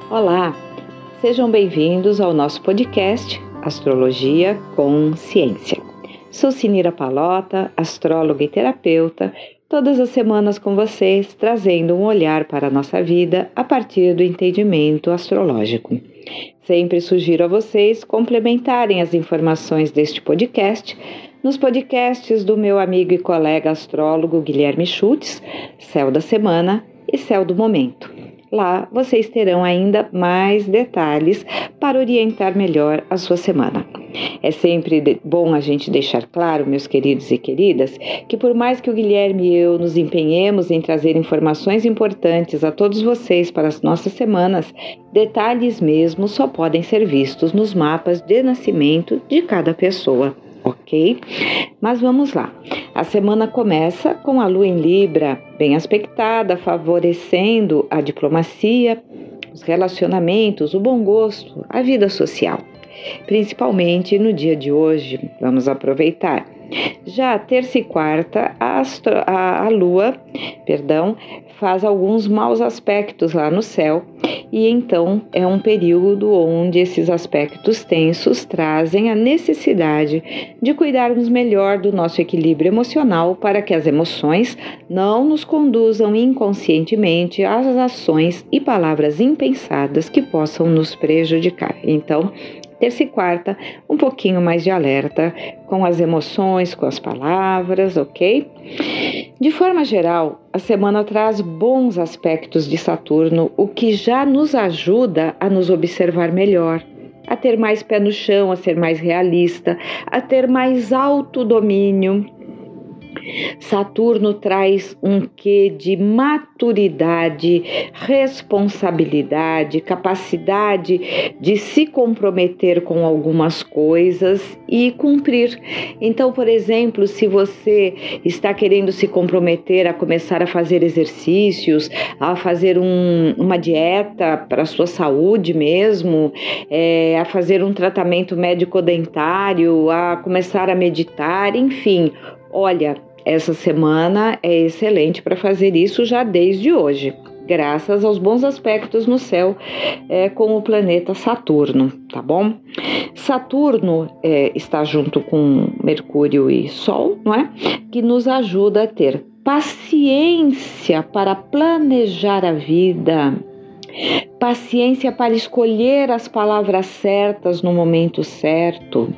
Olá, sejam bem-vindos ao nosso podcast Astrologia com Ciência. Sou Sinira Palota, astróloga e terapeuta, todas as semanas com vocês, trazendo um olhar para a nossa vida a partir do entendimento astrológico. Sempre sugiro a vocês complementarem as informações deste podcast nos podcasts do meu amigo e colega astrólogo Guilherme Schultz, Céu da Semana e Céu do Momento. Lá vocês terão ainda mais detalhes para orientar melhor a sua semana. É sempre bom a gente deixar claro, meus queridos e queridas, que por mais que o Guilherme e eu nos empenhemos em trazer informações importantes a todos vocês para as nossas semanas, detalhes mesmo só podem ser vistos nos mapas de nascimento de cada pessoa. Ok? Mas vamos lá. A semana começa com a Lua em Libra, bem aspectada, favorecendo a diplomacia, os relacionamentos, o bom gosto, a vida social. Principalmente no dia de hoje, vamos aproveitar. Já terça e quarta, a Lua, faz alguns maus aspectos lá no céu, e então é um período onde esses aspectos tensos trazem a necessidade de cuidarmos melhor do nosso equilíbrio emocional para que as emoções não nos conduzam inconscientemente às ações e palavras impensadas que possam nos prejudicar. Então, terça e quarta, um pouquinho mais de alerta com as emoções, com as palavras, ok? De forma geral, a semana traz bons aspectos de Saturno, o que já nos ajuda a nos observar melhor, a ter mais pé no chão, a ser mais realista, a ter mais autodomínio. Saturno traz um quê de maturidade, responsabilidade, capacidade de se comprometer com algumas coisas e cumprir. Então, por exemplo, se você está querendo se comprometer a começar a fazer exercícios, a fazer uma dieta para a sua saúde mesmo, a fazer um tratamento médico-dentário, a começar a meditar, enfim, olha, essa semana é excelente para fazer isso já desde hoje, graças aos bons aspectos no céu com o planeta Saturno, tá bom? Saturno está junto com Mercúrio e Sol, não é? Que nos ajuda a ter paciência para planejar a vida, paciência para escolher as palavras certas no momento certo,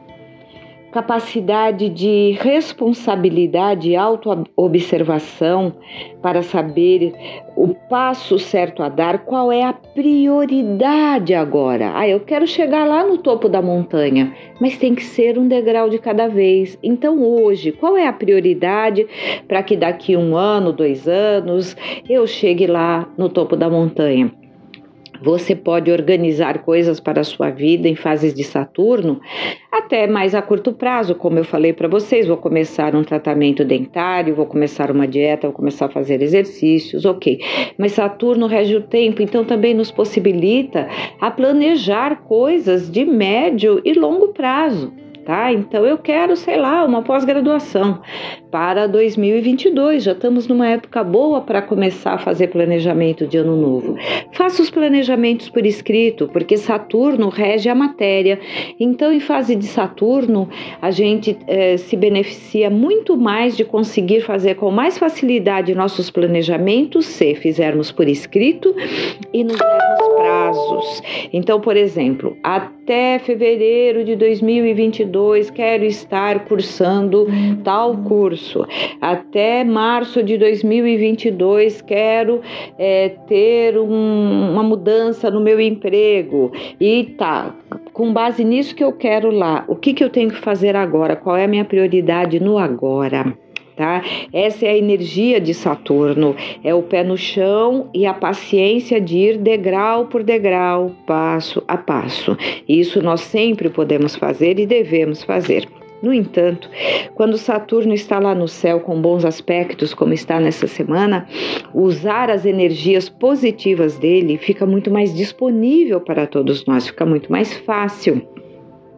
capacidade de responsabilidade e autoobservação para saber o passo certo a dar, qual é a prioridade agora. Eu quero chegar lá no topo da montanha, mas tem que ser um degrau de cada vez. Então hoje, qual é a prioridade para que daqui 1 ano, 2 anos, eu chegue lá no topo da montanha? Você pode organizar coisas para a sua vida em fases de Saturno, até mais a curto prazo, como eu falei para vocês, vou começar um tratamento dentário, vou começar uma dieta, vou começar a fazer exercícios, ok. Mas Saturno rege o tempo, então também nos possibilita a planejar coisas de médio e longo prazo. Tá? Então eu quero, uma pós-graduação para 2022, já estamos numa época boa para começar a fazer planejamento de ano novo. Faça os planejamentos por escrito, porque Saturno rege a matéria, então em fase de Saturno a gente se beneficia muito mais de conseguir fazer com mais facilidade nossos planejamentos se fizermos por escrito e nos dermos prazos. Então, por exemplo, até fevereiro de 2022 quero estar cursando tal curso. Até março de 2022 quero ter uma mudança no meu emprego. E com base nisso que eu quero lá, o que eu tenho que fazer agora? Qual é a minha prioridade no agora? Tá? Essa é a energia de Saturno, é o pé no chão e a paciência de ir degrau por degrau, passo a passo. Isso nós sempre podemos fazer e devemos fazer. No entanto, quando Saturno está lá no céu com bons aspectos, como está nessa semana, usar as energias positivas dele fica muito mais disponível para todos nós, fica muito mais fácil.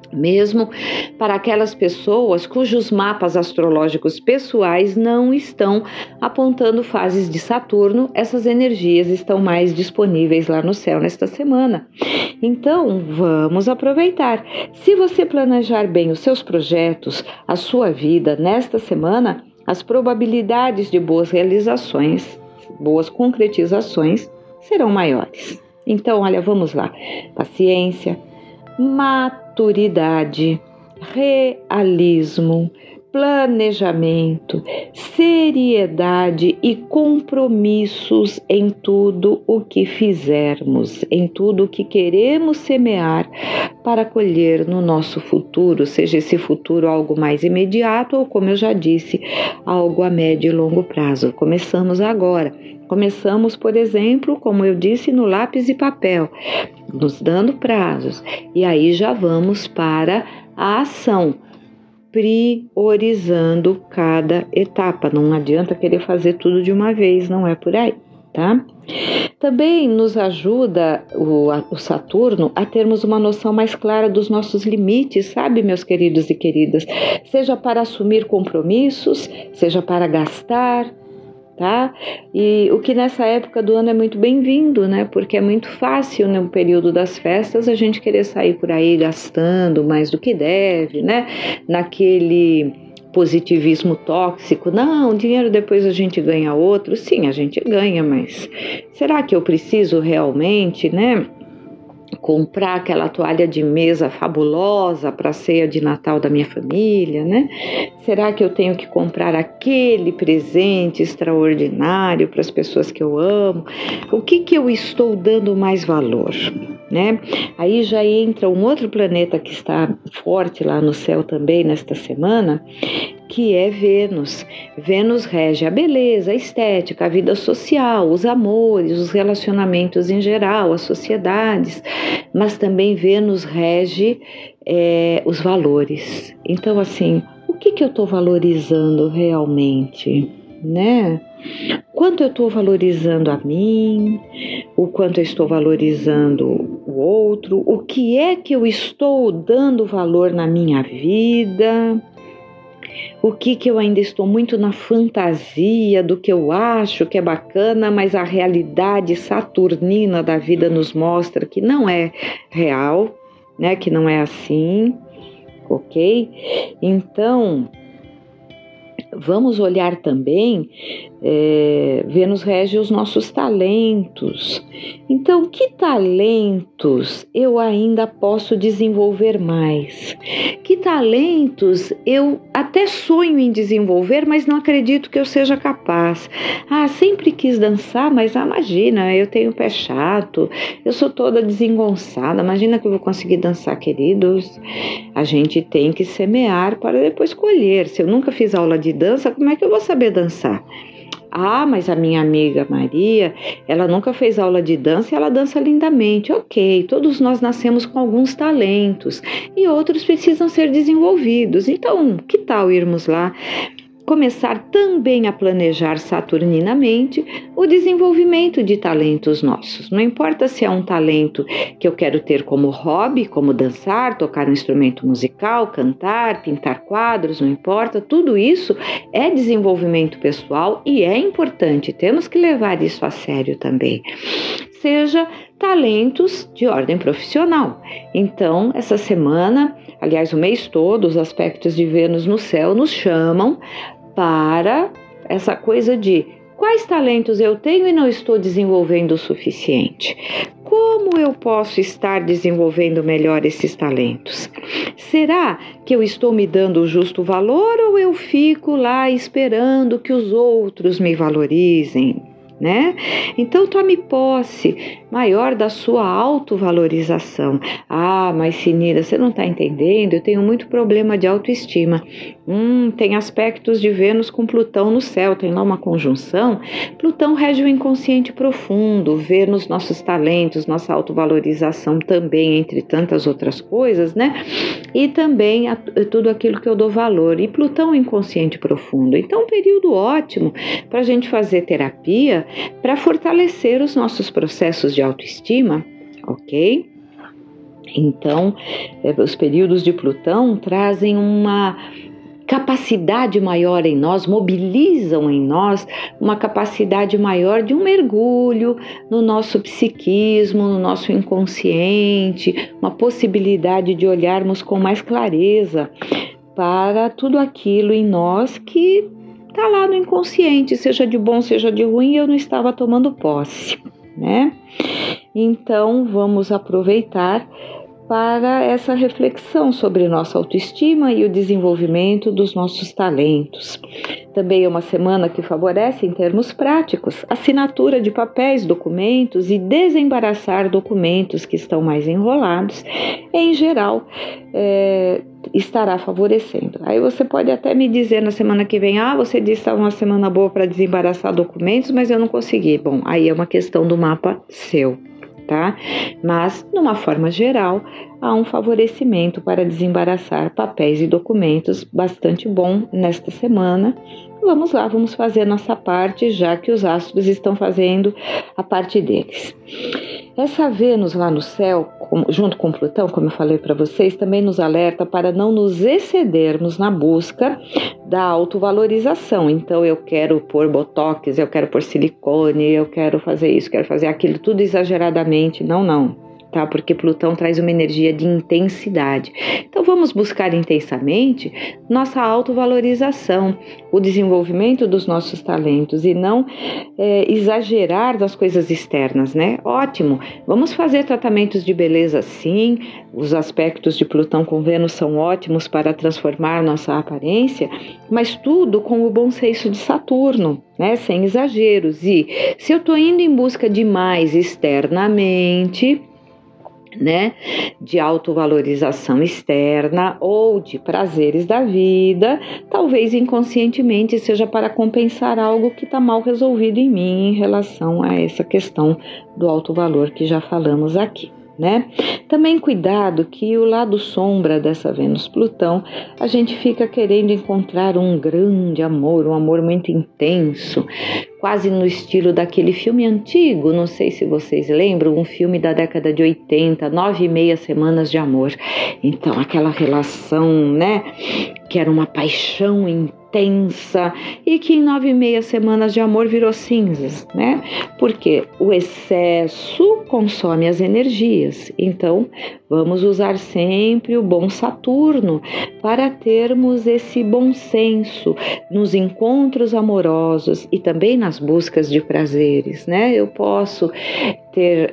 mesmo para aquelas pessoas cujos mapas astrológicos pessoais não estão apontando fases de Saturno, essas energias estão mais disponíveis lá no céu nesta semana. Então, vamos aproveitar. Se você planejar bem os seus projetos, a sua vida nesta semana, as probabilidades de boas realizações, boas concretizações serão maiores. Então, olha, vamos lá. Paciência, maturidade, realismo, planejamento, seriedade e compromissos em tudo o que fizermos, em tudo o que queremos semear para colher no nosso futuro, seja esse futuro algo mais imediato ou, como eu já disse, algo a médio e longo prazo. Começamos agora. Começamos, por exemplo, como eu disse, no lápis e papel, nos dando prazos. E aí já vamos para a ação, priorizando cada etapa. Não adianta querer fazer tudo de uma vez, não é por aí, tá? Também nos ajuda o Saturno a termos uma noção mais clara dos nossos limites, sabe, meus queridos e queridas? Seja para assumir compromissos, seja para gastar, tá? E o que nessa época do ano é muito bem-vindo, né? Porque é muito fácil no período das festas a gente querer sair por aí gastando mais do que deve, né? Naquele positivismo tóxico. Não, dinheiro depois a gente ganha outro. Sim, a gente ganha, mas será que eu preciso realmente, né? Comprar aquela toalha de mesa fabulosa para a ceia de Natal da minha família, né? Será que eu tenho que comprar aquele presente extraordinário para as pessoas que eu amo? O que eu estou dando mais valor, né? Aí já entra um outro planeta que está forte lá no céu também nesta semana, que é Vênus. Vênus rege a beleza, a estética, a vida social, os amores, os relacionamentos em geral, as sociedades, mas também Vênus rege os valores. Então, assim, o que eu estou valorizando realmente, né? Quanto eu estou valorizando a mim, o quanto eu estou valorizando o outro, o que é que eu estou dando valor na minha vida, o que eu ainda estou muito na fantasia do que eu acho que é bacana, mas a realidade saturnina da vida nos mostra que não é real, né? Que não é assim, ok? Então, vamos olhar também, Vênus rege os nossos talentos. Então, que talentos eu ainda posso desenvolver mais? Que talentos eu até sonho em desenvolver, mas não acredito que eu seja capaz? Sempre quis dançar, mas imagina, eu tenho pé chato, eu sou toda desengonçada, imagina que eu vou conseguir dançar, queridos? A gente tem que semear para depois colher. Se eu nunca fiz aula de dança, como é que eu vou saber dançar? Mas a minha amiga Maria, ela nunca fez aula de dança e ela dança lindamente. Ok, todos nós nascemos com alguns talentos e outros precisam ser desenvolvidos. Então, que tal irmos lá começar também a planejar saturninamente o desenvolvimento de talentos nossos. Não importa se é um talento que eu quero ter como hobby, como dançar, tocar um instrumento musical, cantar, pintar quadros, não importa, tudo isso é desenvolvimento pessoal e é importante, temos que levar isso a sério também. Seja talentos de ordem profissional. Então, essa semana, aliás, o mês todo, os aspectos de Vênus no céu nos chamam para essa coisa de quais talentos eu tenho e não estou desenvolvendo o suficiente. Como eu posso estar desenvolvendo melhor esses talentos? Será que eu estou me dando o justo valor ou eu fico lá esperando que os outros me valorizem? Né? Então tome posse maior da sua autovalorização. Mas Sinira, você não está entendendo, eu tenho muito problema de autoestima. Tem aspectos de Vênus com Plutão no céu, tem lá uma conjunção. Plutão rege o inconsciente profundo, Vênus nossos talentos, nossa autovalorização também, entre tantas outras coisas, né? E também tudo aquilo que eu dou valor. E Plutão inconsciente profundo. Então, um período ótimo para a gente fazer terapia, para fortalecer os nossos processos de autoestima, ok? Então, os períodos de Plutão trazem uma capacidade maior em nós, mobilizam em nós uma capacidade maior de um mergulho no nosso psiquismo, no nosso inconsciente, uma possibilidade de olharmos com mais clareza para tudo aquilo em nós que está lá no inconsciente, seja de bom, seja de ruim, eu não estava tomando posse, né? Então, vamos aproveitar para essa reflexão sobre nossa autoestima e o desenvolvimento dos nossos talentos. Também é uma semana que favorece, em termos práticos, assinatura de papéis, documentos e desembaraçar documentos que estão mais enrolados. Em geral, estará favorecendo. Aí você pode até me dizer na semana que vem, você disse que estava uma semana boa para desembaraçar documentos, mas eu não consegui. Bom, aí é uma questão do mapa seu. Tá? Mas, numa forma geral, há um favorecimento para desembaraçar papéis e documentos bastante bom nesta semana. Vamos lá, vamos fazer nossa parte, já que os astros estão fazendo a parte deles. Essa Vênus lá no céu, junto com Plutão, como eu falei para vocês, também nos alerta para não nos excedermos na busca da autovalorização. Então, eu quero pôr botox, eu quero pôr silicone, eu quero fazer isso, quero fazer aquilo, tudo exageradamente. Não. Tá? Porque Plutão traz uma energia de intensidade. Então vamos buscar intensamente nossa autovalorização, o desenvolvimento dos nossos talentos e não exagerar nas coisas externas, né? Ótimo, vamos fazer tratamentos de beleza sim, os aspectos de Plutão com Vênus são ótimos para transformar nossa aparência, mas tudo com o bom senso de Saturno, né? Sem exageros. E se eu estou indo em busca de mais externamente, né, de autovalorização externa ou de prazeres da vida, talvez inconscientemente seja para compensar algo que está mal resolvido em mim em relação a essa questão do autovalor que já falamos aqui. Né? Também cuidado que o lado sombra dessa Vênus-Plutão, a gente fica querendo encontrar um grande amor, um amor muito intenso, quase no estilo daquele filme antigo, não sei se vocês lembram, um filme da década de 80, 9,5 semanas de amor. Então, aquela relação, né, que era uma paixão intensa e que em 9,5 semanas de amor virou cinzas, né? Porque o excesso consome as energias. Então, vamos usar sempre o bom Saturno para termos esse bom senso nos encontros amorosos e também nas buscas de prazeres, né? Eu posso ter,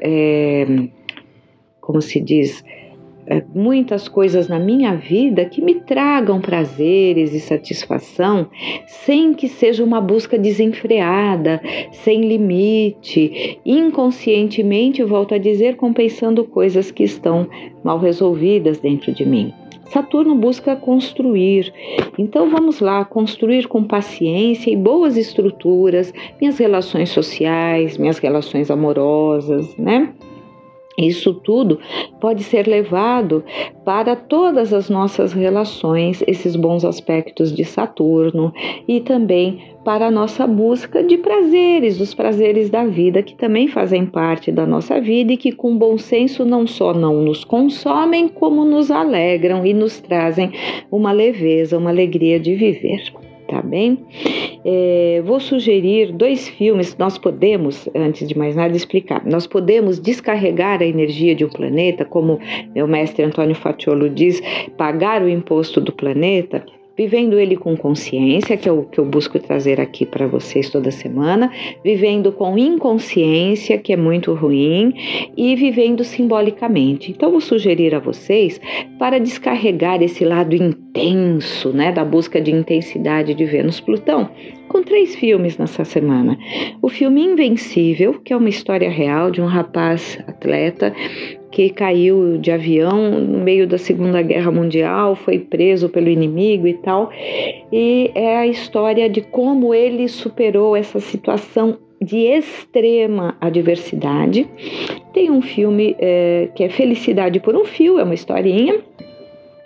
como se diz, muitas coisas na minha vida que me tragam prazeres e satisfação sem que seja uma busca desenfreada, sem limite, inconscientemente, volto a dizer, compensando coisas que estão mal resolvidas dentro de mim. Saturno busca construir, então vamos lá, construir com paciência e boas estruturas, minhas relações sociais, minhas relações amorosas, né? Isso tudo pode ser levado para todas as nossas relações, esses bons aspectos de Saturno, e também para a nossa busca de prazeres, os prazeres da vida, que também fazem parte da nossa vida e que com bom senso não só não nos consomem, como nos alegram e nos trazem uma leveza, uma alegria de viver. Tá bem? Vou sugerir 2 filmes. Nós podemos, antes de mais nada, explicar. Nós podemos descarregar a energia de um planeta, como meu mestre Antônio Facciolo diz, pagar o imposto do planeta, vivendo ele com consciência, que é o que eu busco trazer aqui para vocês toda semana, vivendo com inconsciência, que é muito ruim, e vivendo simbolicamente. Então, vou sugerir a vocês para descarregar esse lado intenso, né, da busca de intensidade de Vênus-Plutão, com 3 filmes nessa semana. O filme Invencível, que é uma história real de um rapaz atleta que caiu de avião no meio da Segunda Guerra Mundial, foi preso pelo inimigo e tal, e é a história de como ele superou essa situação de extrema adversidade. Tem um filme que é Felicidade por um Fio, é uma historinha,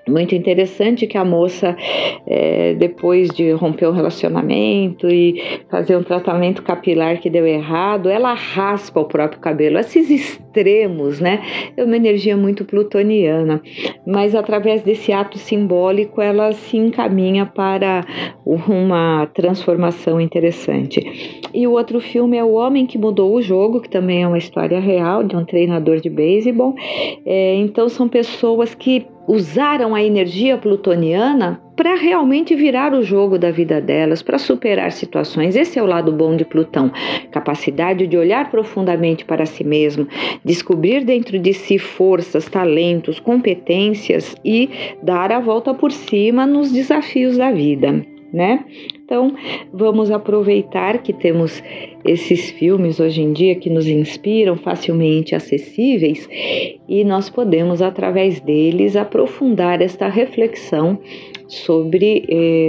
Muito interessante que a moça, depois de romper o relacionamento e fazer um tratamento capilar que deu errado, ela raspa o próprio cabelo. Esses extremos, né? É uma energia muito plutoniana, mas através desse ato simbólico ela se encaminha para uma transformação interessante. E o outro filme é O Homem que Mudou o Jogo, que também é uma história real de um treinador de beisebol. Então são pessoas que usaram a energia plutoniana para realmente virar o jogo da vida delas, para superar situações. Esse é o lado bom de Plutão, capacidade de olhar profundamente para si mesmo, descobrir dentro de si forças, talentos, competências e dar a volta por cima nos desafios da vida, né? Então, vamos aproveitar que temos esses filmes hoje em dia que nos inspiram, facilmente acessíveis, e nós podemos, através deles, aprofundar esta reflexão sobre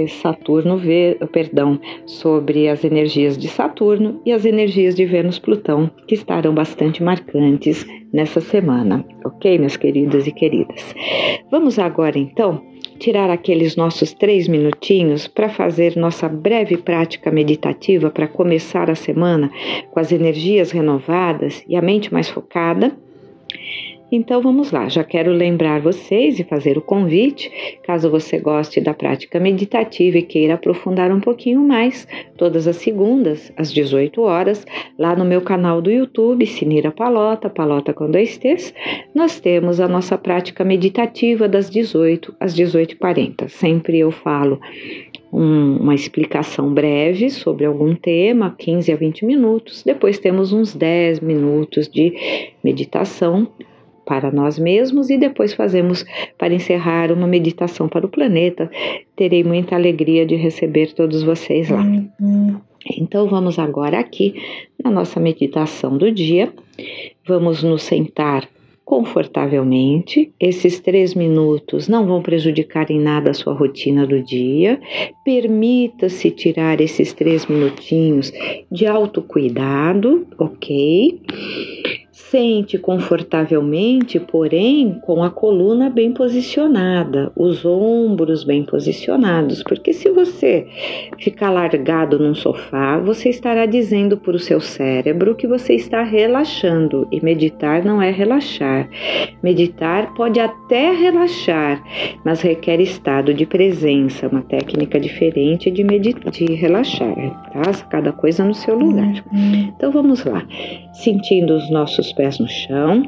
sobre as energias de Saturno e as energias de Vênus-Plutão, que estarão bastante marcantes nessa semana, ok, meus queridos e queridas? Vamos agora, então, tirar aqueles nossos 3 minutinhos para fazer nossa breve prática meditativa para começar a semana com as energias renovadas e a mente mais focada. Então vamos lá, já quero lembrar vocês e fazer o convite, caso você goste da prática meditativa e queira aprofundar um pouquinho mais, todas as segundas, às 18 horas, lá no meu canal do YouTube, Sinira Palota, Palota com 2 T's, nós temos a nossa prática meditativa das 18 às 18h40. Sempre eu falo uma explicação breve sobre algum tema, 15 a 20 minutos, depois temos uns 10 minutos de meditação para nós mesmos e depois fazemos, para encerrar, uma meditação para o planeta. Terei muita alegria de receber todos vocês lá. Então vamos agora aqui na nossa meditação do dia, vamos nos sentar confortavelmente. Esses 3 minutos não vão prejudicar em nada a sua rotina do dia. Permita-se tirar esses 3 minutinhos de autocuidado, ok? Sente confortavelmente, porém com a coluna bem posicionada, os ombros bem posicionados, porque se você ficar largado num sofá, você estará dizendo para o seu cérebro que você está relaxando, e meditar não é relaxar. Meditar pode até relaxar, mas requer estado de presença, uma técnica diferente de relaxar, tá? Cada coisa no seu lugar. Então vamos lá, sentindo os nossos pés no chão,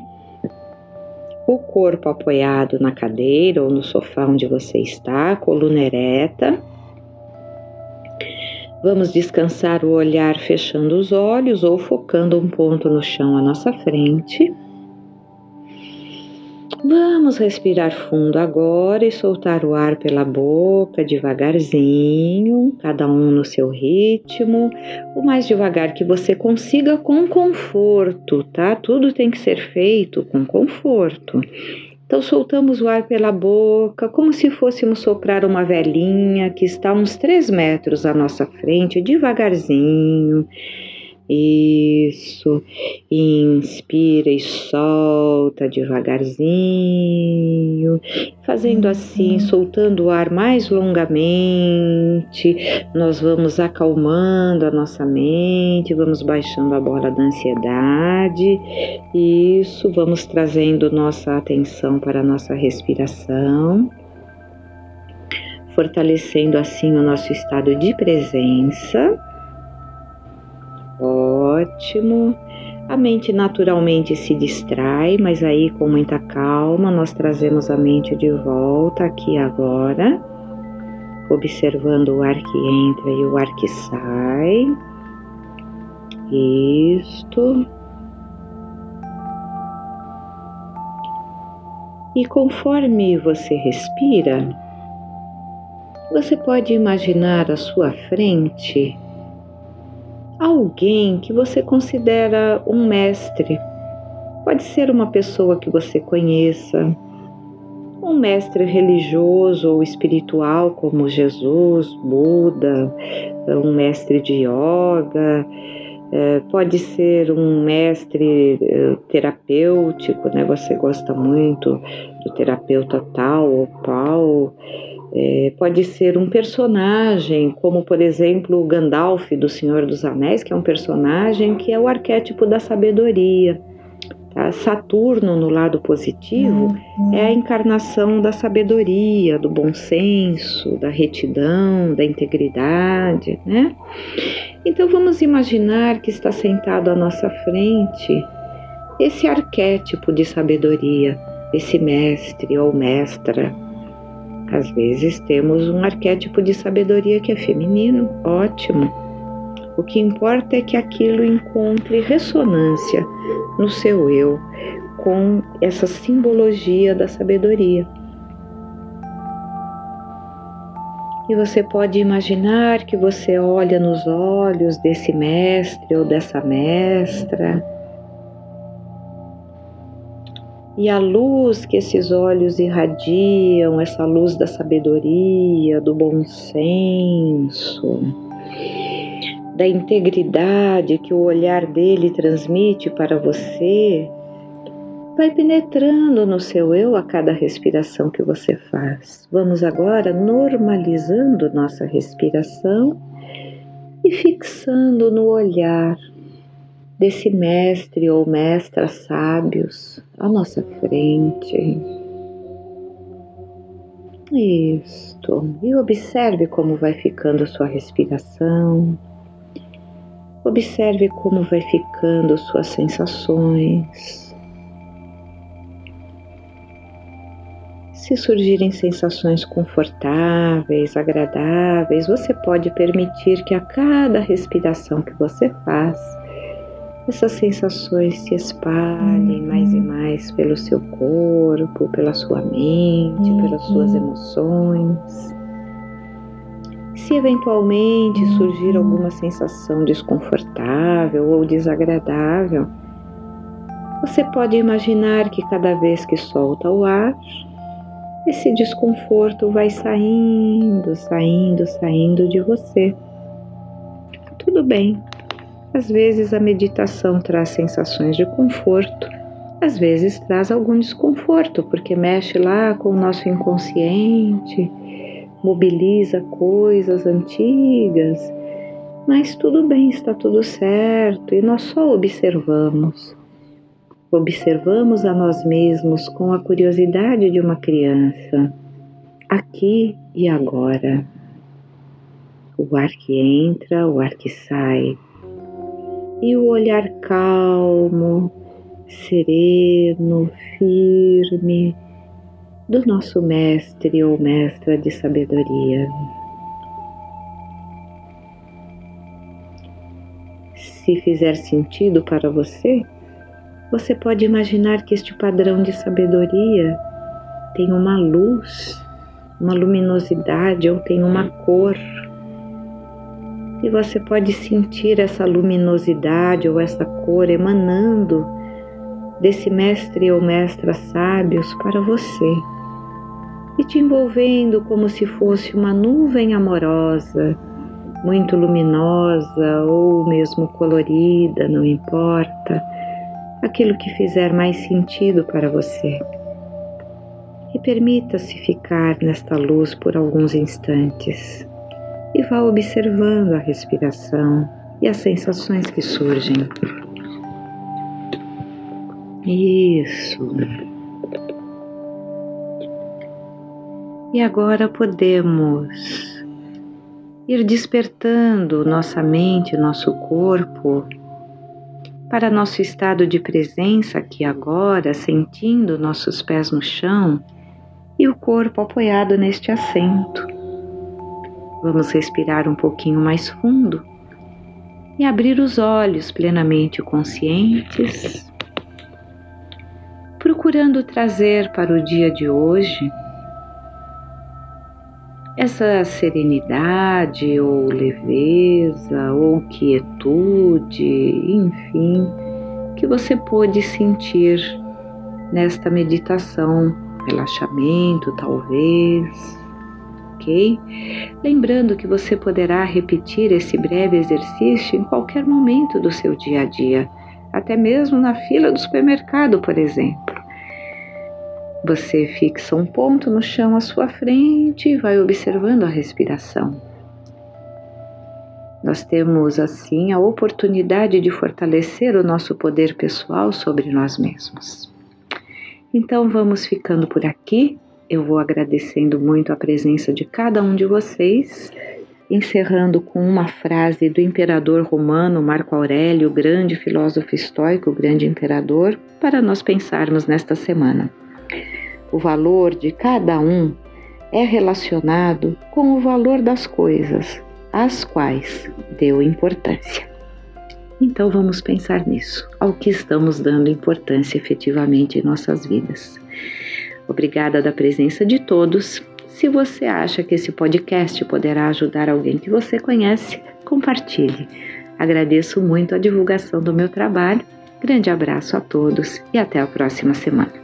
o corpo apoiado na cadeira ou no sofá onde você está, coluna ereta. Vamos descansar o olhar fechando os olhos ou focando um ponto no chão à nossa frente. Vamos respirar fundo agora e soltar o ar pela boca devagarzinho, cada um no seu ritmo, o mais devagar que você consiga com conforto, tá? Tudo tem que ser feito com conforto. Então soltamos o ar pela boca, como se fôssemos soprar uma velinha que está a uns 3 metros à nossa frente, devagarzinho. Isso, inspira e solta devagarzinho, fazendo assim, soltando o ar mais longamente, nós vamos acalmando a nossa mente, vamos baixando a bola da ansiedade. Isso, vamos trazendo nossa atenção para a nossa respiração, fortalecendo assim o nosso estado de presença. Ótimo. A mente naturalmente se distrai, mas aí com muita calma nós trazemos a mente de volta aqui agora, observando o ar que entra e o ar que sai. Isto. E conforme você respira, você pode imaginar à sua frente alguém que você considera um mestre. Pode ser uma pessoa que você conheça, um mestre religioso ou espiritual como Jesus, Buda, um mestre de yoga, Pode ser um mestre terapêutico, né? Você gosta muito do terapeuta tal ou qual. Pode ser um personagem, como por exemplo o Gandalf do Senhor dos Anéis, que é um personagem que é o arquétipo da sabedoria. Tá? Saturno, no lado positivo, é a encarnação da sabedoria, do bom senso, da retidão, da integridade, né? Então vamos imaginar que está sentado à nossa frente esse arquétipo de sabedoria, esse mestre ou mestra. Às vezes temos um arquétipo de sabedoria que é feminino, ótimo. O que importa é que aquilo encontre ressonância no seu eu com essa simbologia da sabedoria. E você pode imaginar que você olha nos olhos desse mestre ou dessa mestra, e a luz que esses olhos irradiam, essa luz da sabedoria, do bom senso, da integridade que o olhar dele transmite para você, vai penetrando no seu eu a cada respiração que você faz. Vamos agora normalizando nossa respiração e fixando no olhar desse mestre ou mestra sábios à nossa frente. Isto. E observe como vai ficando sua respiração. Observe como vai ficando suas sensações. Se surgirem sensações confortáveis, agradáveis, você pode permitir que a cada respiração que você faz, essas sensações se espalhem mais e mais pelo seu corpo, pela sua mente, pelas suas emoções. Se eventualmente surgir alguma sensação desconfortável ou desagradável, você pode imaginar que cada vez que solta o ar, esse desconforto vai saindo de você. Tudo bem. Às vezes a meditação traz sensações de conforto, às vezes traz algum desconforto, porque mexe lá com o nosso inconsciente, mobiliza coisas antigas, mas tudo bem, está tudo certo, e nós só observamos a nós mesmos com a curiosidade de uma criança, aqui e agora. O ar que entra, o ar que sai, e o olhar calmo, sereno, firme do nosso mestre ou mestra de sabedoria. Se fizer sentido para você, você pode imaginar que este padrão de sabedoria tem uma luz, uma luminosidade ou tem uma cor. E você pode sentir essa luminosidade ou essa cor emanando desse mestre ou mestra sábios para você e te envolvendo como se fosse uma nuvem amorosa, muito luminosa ou mesmo colorida, não importa, aquilo que fizer mais sentido para você. E permita-se ficar nesta luz por alguns instantes. E vá observando a respiração e as sensações que surgem. Isso. E agora podemos ir despertando nossa mente, nosso corpo, para nosso estado de presença aqui agora, sentindo nossos pés no chão e o corpo apoiado neste assento. Vamos respirar um pouquinho mais fundo e abrir os olhos plenamente conscientes, procurando trazer para o dia de hoje essa serenidade ou leveza ou quietude, enfim, que você pôde sentir nesta meditação, relaxamento talvez. ok? Lembrando que você poderá repetir esse breve exercício em qualquer momento do seu dia a dia, até mesmo na fila do supermercado, por exemplo. Você fixa um ponto no chão à sua frente e vai observando a respiração. Nós temos, assim, a oportunidade de fortalecer o nosso poder pessoal sobre nós mesmos. Então, vamos ficando por aqui. Eu vou agradecendo muito a presença de cada um de vocês, encerrando com uma frase do imperador romano Marco Aurélio, grande filósofo estoico, grande imperador, para nós pensarmos nesta semana. O valor de cada um é relacionado com o valor das coisas às quais deu importância. Então vamos pensar nisso, ao que estamos dando importância efetivamente em nossas vidas. Obrigada da presença de todos. Se você acha que esse podcast poderá ajudar alguém que você conhece, compartilhe. Agradeço muito a divulgação do meu trabalho. Grande abraço a todos e até a próxima semana.